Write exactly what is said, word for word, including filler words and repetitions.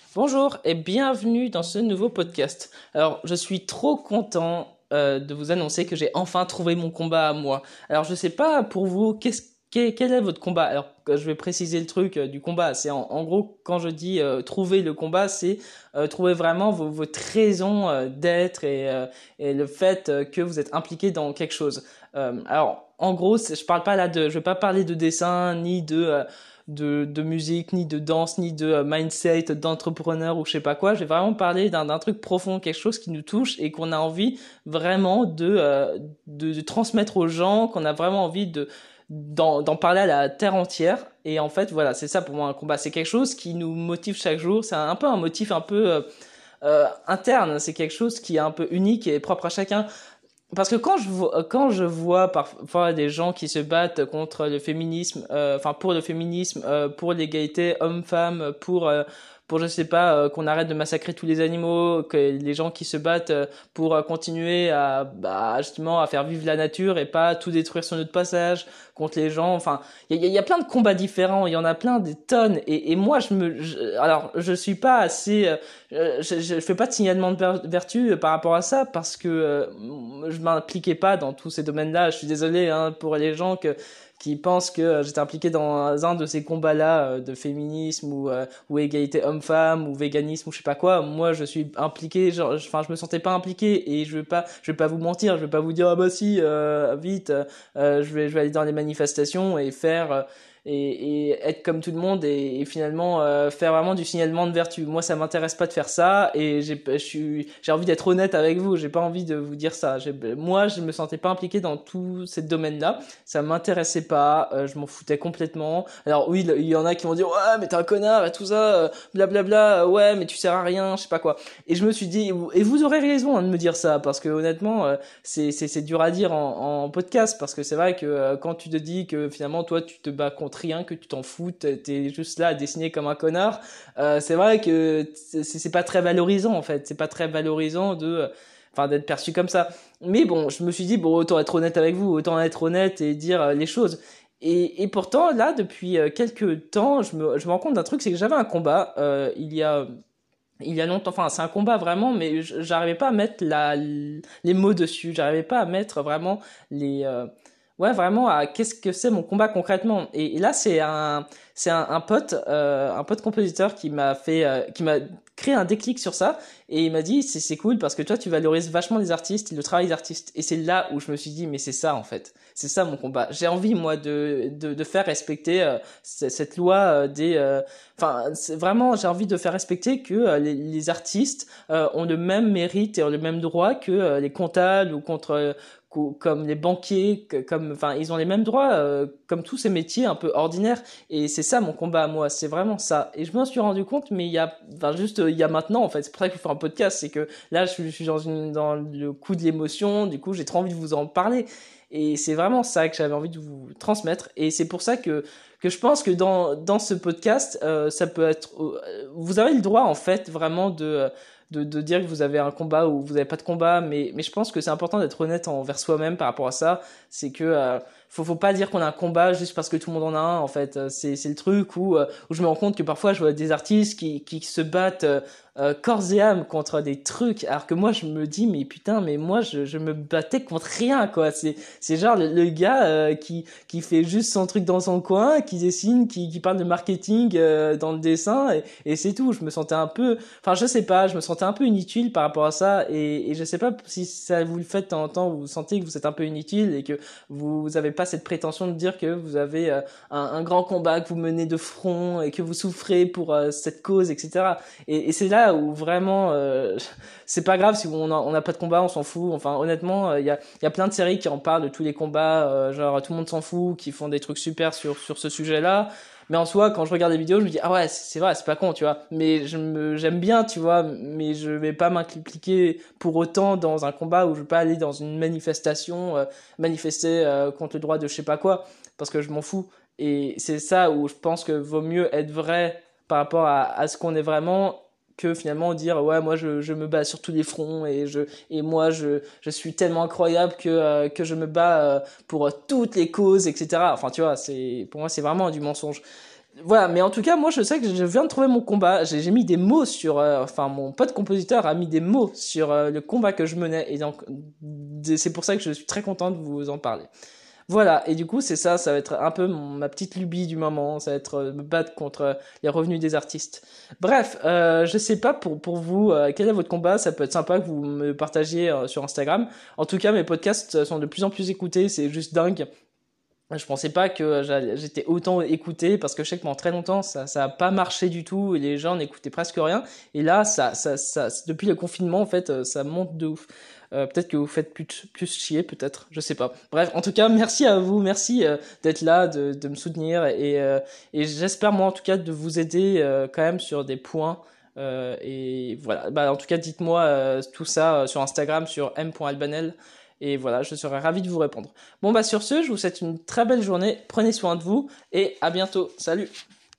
Bonjour et bienvenue dans ce nouveau podcast. Alors, je suis trop content euh, de vous annoncer que j'ai enfin trouvé mon combat à moi. Alors, je sais pas pour vous, qu'est-ce, quel, quel est votre combat? Alors, je vais préciser le truc euh, du combat. C'est en, en gros, quand je dis euh, trouver le combat, c'est euh, trouver vraiment vos, votre raison euh, d'être et, euh, et le fait euh, que vous êtes impliqué dans quelque chose. Euh, alors, en gros, c'est- je parle pas là de, je vais pas parler de dessin ni de euh, de, de musique, ni de danse, ni de euh, mindset, d'entrepreneur ou je sais pas quoi. Je vais vraiment parler d'un d'un truc profond, quelque chose qui nous touche et qu'on a envie vraiment de, euh, de, de transmettre aux gens, qu'on a vraiment envie de d'en d'en parler à la terre entière. Et en fait, voilà, c'est ça pour moi un combat. C'est quelque chose qui nous motive chaque jour. C'est un, un peu un motif un peu euh, euh, interne. C'est quelque chose qui est un peu unique et propre à chacun. Parce que quand je vois, quand je vois parfois des gens qui se battent contre le féminisme, euh, enfin pour le féminisme, euh, pour l'égalité homme-femme, pour euh, pour je sais pas euh, qu'on arrête de massacrer tous les animaux, que les gens qui se battent euh, pour euh, continuer à bah, justement à faire vivre la nature et pas tout détruire sur notre passage, contre les gens, enfin il y a, y a plein de combats différents, il y en a plein des tonnes et, et moi je me je, alors je suis pas assez euh, je, je, je fais pas de signalement de vertu par rapport à ça parce que euh, je m'impliquais pas dans tous ces domaines-là. Je suis désolé hein, pour les gens que qui pensent que euh, j'étais impliqué dans un de ces combats-là euh, de féminisme ou euh, ou égalité homme-femme ou véganisme ou je sais pas quoi. Moi, je suis impliqué, genre, enfin, je me sentais pas impliqué et je vais pas, je vais pas vous mentir, je vais pas vous dire ah bah si, euh, vite, euh, je vais, je vais aller dans les manifestations et faire euh, et, et être comme tout le monde et, et finalement euh, faire vraiment du signalement de vertu. Moi, ça m'intéresse pas de faire ça et j'ai je suis j'ai envie d'être honnête avec vous, j'ai pas envie de vous dire ça. J'ai, moi, je me sentais pas impliqué dans tout ces domaines-là, ça m'intéressait pas, euh, je m'en foutais complètement. Alors oui, il y en a qui vont dire ouais, mais t'es un connard et tout ça, euh, blablabla, euh, ouais, mais tu sers à rien, je sais pas quoi. Et je me suis dit et vous aurez raison hein, de me dire ça parce que honnêtement euh, c'est c'est c'est dur à dire en, en podcast parce que c'est vrai que euh, quand tu te dis que finalement toi tu te bats contre rien, que tu t'en fous, t'es juste là à dessiner comme un connard, euh, c'est vrai que c'est c'est pas très valorisant en fait, c'est pas très valorisant de enfin d'être perçu comme ça. Mais bon, je me suis dit bon autant être honnête avec vous, autant être honnête et dire euh, les choses. Et, et pourtant là depuis euh, quelques temps, je me je me rends compte d'un truc, c'est que j'avais un combat euh, il y a il y a longtemps, enfin c'est un combat vraiment, mais j'arrivais pas à mettre la, les mots dessus, j'arrivais pas à mettre vraiment les, euh, ouais vraiment à qu'est-ce que c'est mon combat concrètement. Et, et là c'est un, c'est un, un pote, euh, un pote compositeur qui m'a fait, euh, qui m'a créé un déclic sur ça et il m'a dit c'est c'est cool parce que toi tu valorises vachement les artistes, le travail des artistes. Et c'est là où je me suis dit mais c'est ça en fait, c'est ça mon combat. J'ai envie moi de de, de faire respecter euh, cette loi euh, des euh, enfin, c'est vraiment, j'ai envie de faire respecter que euh, les, les artistes euh, ont le même mérite et ont le même droit que euh, les comptables ou contre euh, co- comme les banquiers, que- comme, enfin, ils ont les mêmes droits euh, comme tous ces métiers un peu ordinaires. Et c'est ça mon combat à moi, c'est vraiment ça. Et je m'en suis rendu compte, mais il y a, enfin, juste euh, il y a maintenant en fait. C'est pour ça que je fais un podcast, c'est que là, je suis, je suis dans une, dans le coup de l'émotion. Du coup, j'ai trop envie de vous en parler. Et c'est vraiment ça que j'avais envie de vous transmettre. Et c'est pour ça que que je pense que dans dans ce podcast, euh, ça peut être, euh, vous avez le droit en fait vraiment de de, de dire que vous avez un combat ou vous n'avez pas de combat, mais mais je pense que c'est important d'être honnête envers soi-même par rapport à ça. C'est que euh, faut faut pas dire qu'on a un combat juste parce que tout le monde en a un. En fait, c'est c'est le truc où euh, où je me rends compte que parfois je vois des artistes qui qui se battent euh, euh, corps et âme contre des trucs, alors que moi je me dis mais putain mais moi je je me battais contre rien quoi. C'est c'est genre le, le gars euh, qui qui fait juste son truc dans son coin, qui dessine, qui, qui parle de marketing euh, dans le dessin, et, et c'est tout. Je me sentais un peu, enfin je sais pas, je me sentais un peu inutile par rapport à ça, et, et je sais pas si ça vous le fait de temps en temps, vous sentez que vous êtes un peu inutile et que vous, vous avez pas cette prétention de dire que vous avez euh, un, un grand combat que vous menez de front et que vous souffrez pour euh, cette cause, et cetera. Et, et c'est là où vraiment, euh, c'est pas grave si on a, on a pas de combat, on s'en fout. Enfin honnêtement, il euh, y a, y a plein de séries qui en parlent de tous les combats, euh, genre tout le monde s'en fout, qui font des trucs super sur sur ce sujet-là. Mais en soi, quand je regarde des vidéos, je me dis ah ouais, c'est vrai, c'est pas con, tu vois. Mais je me j'aime bien, tu vois, mais je vais pas m'impliquer pour autant dans un combat où je vais pas aller dans une manifestation euh, manifester euh, contre le droit de je sais pas quoi parce que je m'en fous. Et c'est ça où je pense que vaut mieux être vrai par rapport à, à ce qu'on est vraiment que finalement dire ouais moi je, je me bats sur tous les fronts et je et moi je je suis tellement incroyable que euh, que je me bats euh, pour euh, toutes les causes, etc. Enfin tu vois, c'est pour moi c'est vraiment du mensonge. Voilà, mais en tout cas, moi, je sais que je viens de trouver mon combat. J'ai j'ai mis des mots sur, euh, enfin, mon pote compositeur a mis des mots sur euh, le combat que je menais, et donc c'est pour ça que je suis très content de vous en parler. Voilà, et du coup, c'est ça, ça va être un peu mon- ma petite lubie du moment, ça va être euh, me battre contre euh, les revenus des artistes. Bref, euh, je sais pas pour, pour vous, euh, quel est votre combat, ça peut être sympa que vous me partagiez euh, sur Instagram. En tout cas, mes podcasts sont de plus en plus écoutés, c'est juste dingue. Je pensais pas que j'allais- j'étais autant écouté parce que je sais que pendant très longtemps ça ça a pas marché du tout et les gens n'écoutaient presque rien et là ça ça ça depuis le confinement en fait euh, ça monte de ouf. Euh, peut-être que vous faites plus plus chier peut-être, je sais pas. Bref, en tout cas, merci à vous, merci euh, d'être là, de de me soutenir et euh, et j'espère moi en tout cas de vous aider euh, quand même sur des points. Euh, et voilà, bah en tout cas dites-moi euh, tout ça euh, sur Instagram sur m point albanel et voilà, je serai ravi de vous répondre. Bon bah sur ce, je vous souhaite une très belle journée, prenez soin de vous et à bientôt. Salut!